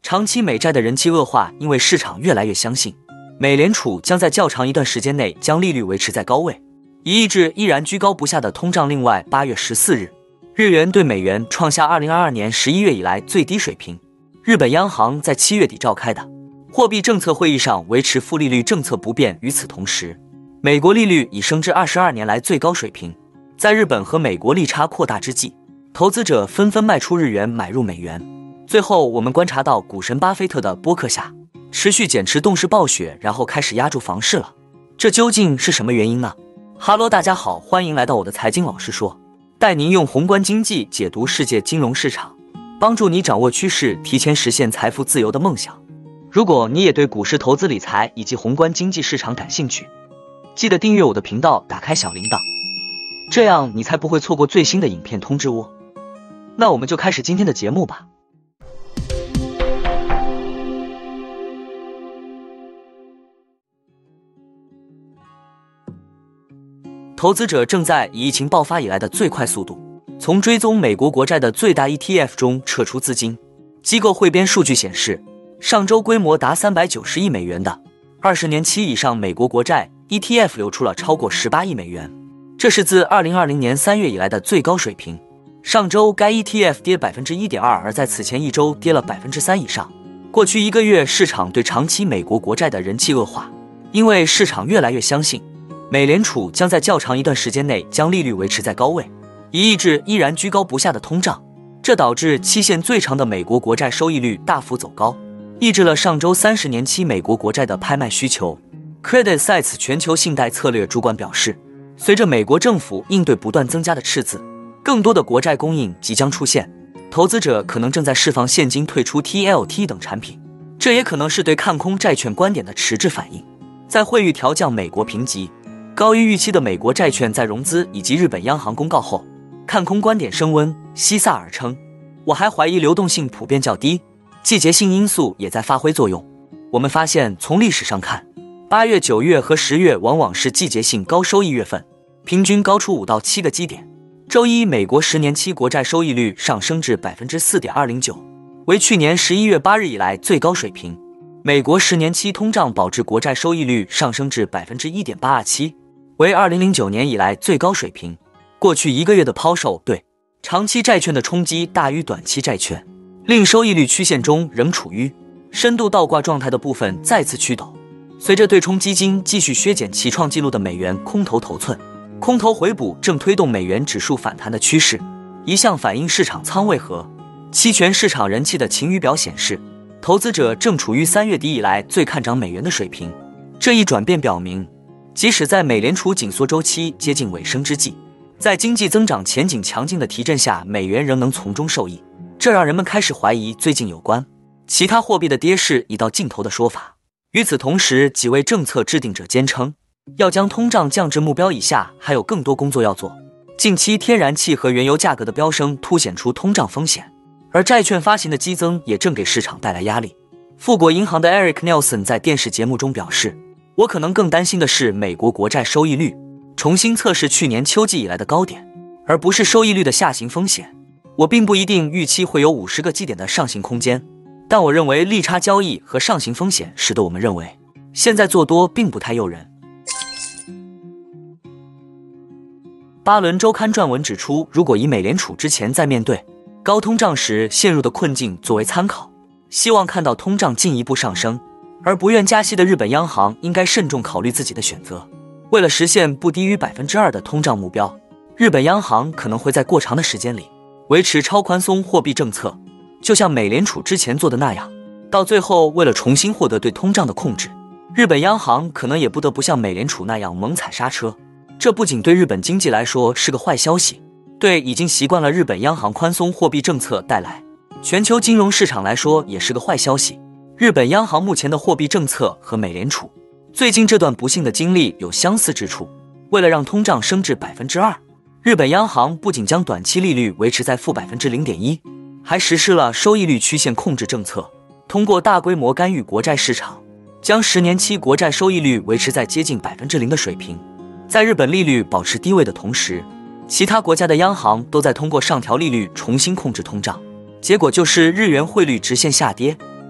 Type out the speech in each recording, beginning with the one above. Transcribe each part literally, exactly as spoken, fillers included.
长期美债的人气恶化，因为市场越来越相信美联储将在较长一段时间内将利率维持在高位，以抑制依然居高不下的通胀。另外，八月十四日，日元对美元创下二零二二年十一月以来最低水平。日本央行在七月底召开的货币政策会议上维持负利率政策不变。与此同时，美国利率已升至二十二年来最高水平。在日本和美国利差扩大之际，投资者纷纷卖出日元，买入美元。最后，我们观察到股神巴菲特的波克夏持续减持动视暴雪，然后开始压住房市了。这究竟是什么原因呢？哈喽，大家好，欢迎来到我的财经老师说，带您用宏观经济解读世界金融市场，帮助你掌握趋势，提前实现财富自由的梦想。如果你也对股市投资理财以及宏观经济市场感兴趣，记得订阅我的频道，打开小铃铛，这样你才不会错过最新的影片通知哦。那我们就开始今天的节目吧。投资者正在以疫情爆发以来的最快速度，从追踪美国国债的最大 E T F 中撤出资金。机构汇编数据显示，上周规模达三百九十亿美元的二十年期以上美国国债 E T F 流出了超过十八亿美元，这是自二零二零年三月以来的最高水平。上周该 E T F 跌 百分之一点二， 而在此前一周跌了 百分之三 以上。过去一个月，市场对长期美国国债的人气恶化，因为市场越来越相信美联储将在较长一段时间内将利率维持在高位，以抑制依然居高不下的通胀。这导致期限最长的美国国债收益率大幅走高，抑制了上周三十年期美国国债的拍卖需求。 Credit Sights 全球信贷策略主管表示，随着美国政府应对不断增加的赤字，更多的国债供应即将出现，投资者可能正在释放现金退出 T L T 等产品，这也可能是对看空债券观点的迟滞反应。在惠誉调降美国评级，高于预期的美国债券在融资以及日本央行公告后，看空观点升温。希萨尔称，我还怀疑流动性普遍较低，季节性因素也在发挥作用。我们发现，从历史上看，八月、九月和十月往往是季节性高收益月份，平均高出五到七个基点。周一，美国十年期国债收益率上升至 百分之四点二零九， 为去年十一月八日以来最高水平。美国十年期通胀保值国债收益率上升至 百分之一点八二七，为二零零九年以来最高水平。过去一个月的抛售对长期债券的冲击大于短期债券，令收益率曲线中仍处于深度倒挂状态的部分再次趋陡。随着对冲基金继续削减其创纪录的美元空头头寸，空头回补正推动美元指数反弹的趋势。一项反映市场仓位和期权市场人气的晴雨表显示，投资者正处于三月底以来最看涨美元的水平。这一转变表明，即使在美联储紧缩周期接近尾声之际，在经济增长前景强劲的提振下，美元仍能从中受益。这让人们开始怀疑最近有关其他货币的跌势已到尽头的说法。与此同时，几位政策制定者坚称，要将通胀降至目标以下还有更多工作要做。近期天然气和原油价格的飙升凸显出通胀风险，而债券发行的激增也正给市场带来压力。富国银行的 Eric Nelson 在电视节目中表示，我可能更担心的是美国国债收益率重新测试去年秋季以来的高点，而不是收益率的下行风险。我并不一定预期会有五十个基点的上行空间，但我认为利差交易和上行风险使得我们认为现在做多并不太诱人。巴伦周刊撰文指出，如果以美联储之前在面对高通胀时陷入的困境作为参考，希望看到通胀进一步上升而不愿加息的日本央行应该慎重考虑自己的选择。为了实现不低于 百分之二 的通胀目标，日本央行可能会在过长的时间里维持超宽松货币政策，就像美联储之前做的那样。到最后，为了重新获得对通胀的控制，日本央行可能也不得不像美联储那样猛踩刹车。这不仅对日本经济来说是个坏消息，对已经习惯了日本央行宽松货币政策带来全球金融市场来说也是个坏消息。日本央行目前的货币政策和美联储最近这段不幸的经历有相似之处。为了让通胀升至 百分之二， 日本央行不仅将短期利率维持在负 百分之零点一， 还实施了收益率曲线控制政策，通过大规模干预国债市场，将十年期国债收益率维持在接近 百分之零 的水平。在日本利率保持低位的同时，其他国家的央行都在通过上调利率重新控制通胀，结果就是日元汇率直线下跌。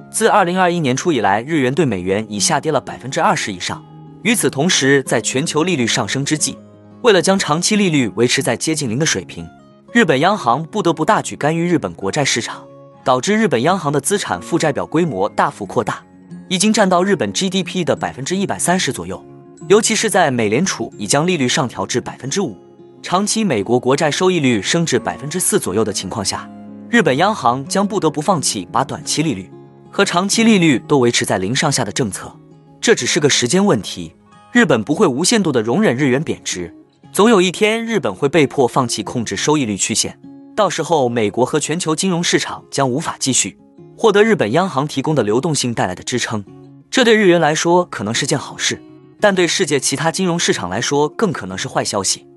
自二零二一年初以来，日元对美元已下跌了 百分之二十 以上。与此同时，在全球利率上升之际，为了将长期利率维持在接近零的水平，日本央行不得不大举干预日本国债市场，导致日本央行的资产负债表规模大幅扩大，已经占到日本 G D P 的 百分之一百三十 左右。尤其是在美联储已将利率上调至 百分之五， 长期美国国债收益率升至 百分之四 左右的情况下，日本央行将不得不放弃把短期利率和长期利率都维持在零上下的政策。这只是个时间问题，日本不会无限度的容忍日元贬值，总有一天日本会被迫放弃控制收益率曲线，到时候美国和全球金融市场将无法继续获得日本央行提供的流动性带来的支撑。这对日元来说可能是件好事，但对世界其他金融市场来说更可能是坏消息。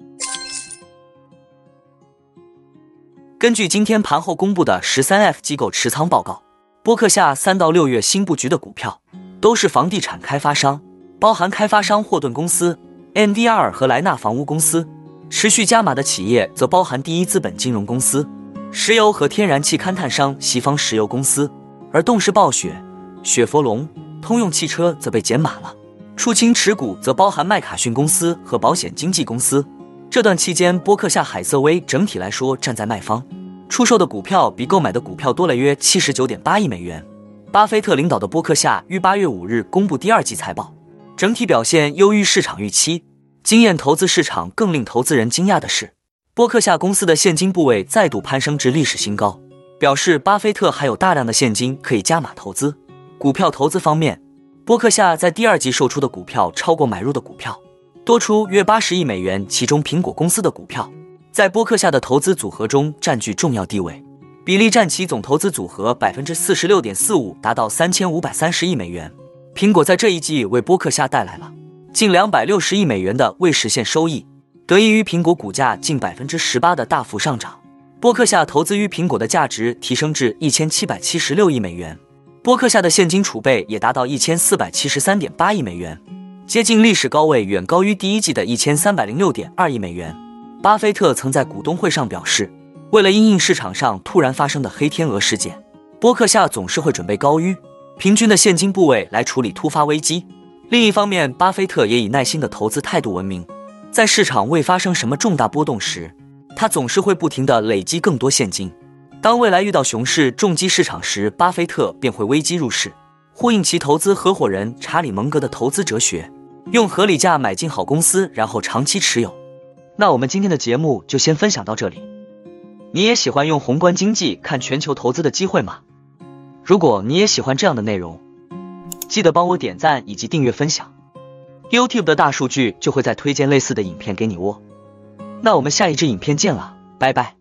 根据今天盘后公布的 十三 F 机构持仓报告，波克夏三到六月新布局的股票都是房地产开发商，包含开发商霍顿公司、N V R 和莱纳房屋公司。持续加码的企业则包含第一资本金融公司、石油和天然气勘探商西方石油公司，而动视暴雪、雪佛龙、通用汽车则被减码了。出清持股则包含麦卡逊公司和保险经纪公司。这段期间，波克夏海瑟威整体来说站在卖方，出售的股票比购买的股票多了约 七十九点八亿美元。巴菲特领导的波克夏于八月五日公布第二季财报，整体表现优于市场预期。惊艳投资市场更令投资人惊讶的是，波克夏公司的现金部位再度攀升至历史新高，表示巴菲特还有大量的现金可以加码投资。股票投资方面，波克夏在第二季售出的股票超过买入的股票，多出约八十亿美元，其中苹果公司的股票在波克夏的投资组合中占据重要地位，比例占其总投资组合 百分之四十六点四五， 达到三千五百三十亿美元。苹果在这一季为波克夏带来了近两百六十亿美元的未实现收益，得益于苹果股价近 百分之十八 的大幅上涨，波克夏投资于苹果的价值提升至一千七百七十六亿美元。波克夏的现金储备也达到一千四百七十三点八亿美元，接近历史高位，远高于第一季的一千三百零六点二亿美元。巴菲特曾在股东会上表示，为了因应市场上突然发生的黑天鹅事件，波克夏总是会准备高于平均的现金部位来处理突发危机。另一方面，巴菲特也以耐心的投资态度闻名，在市场未发生什么重大波动时，他总是会不停地累积更多现金。当未来遇到熊市重击市场时，巴菲特便会危机入市，呼应其投资合伙人查理·蒙格的投资哲学，用合理价买进好公司，然后长期持有。那我们今天的节目就先分享到这里。你也喜欢用宏观经济看全球投资的机会吗？如果你也喜欢这样的内容，记得帮我点赞以及订阅分享， YouTube 的大数据就会再推荐类似的影片给你哦。那我们下一支影片见了，拜拜。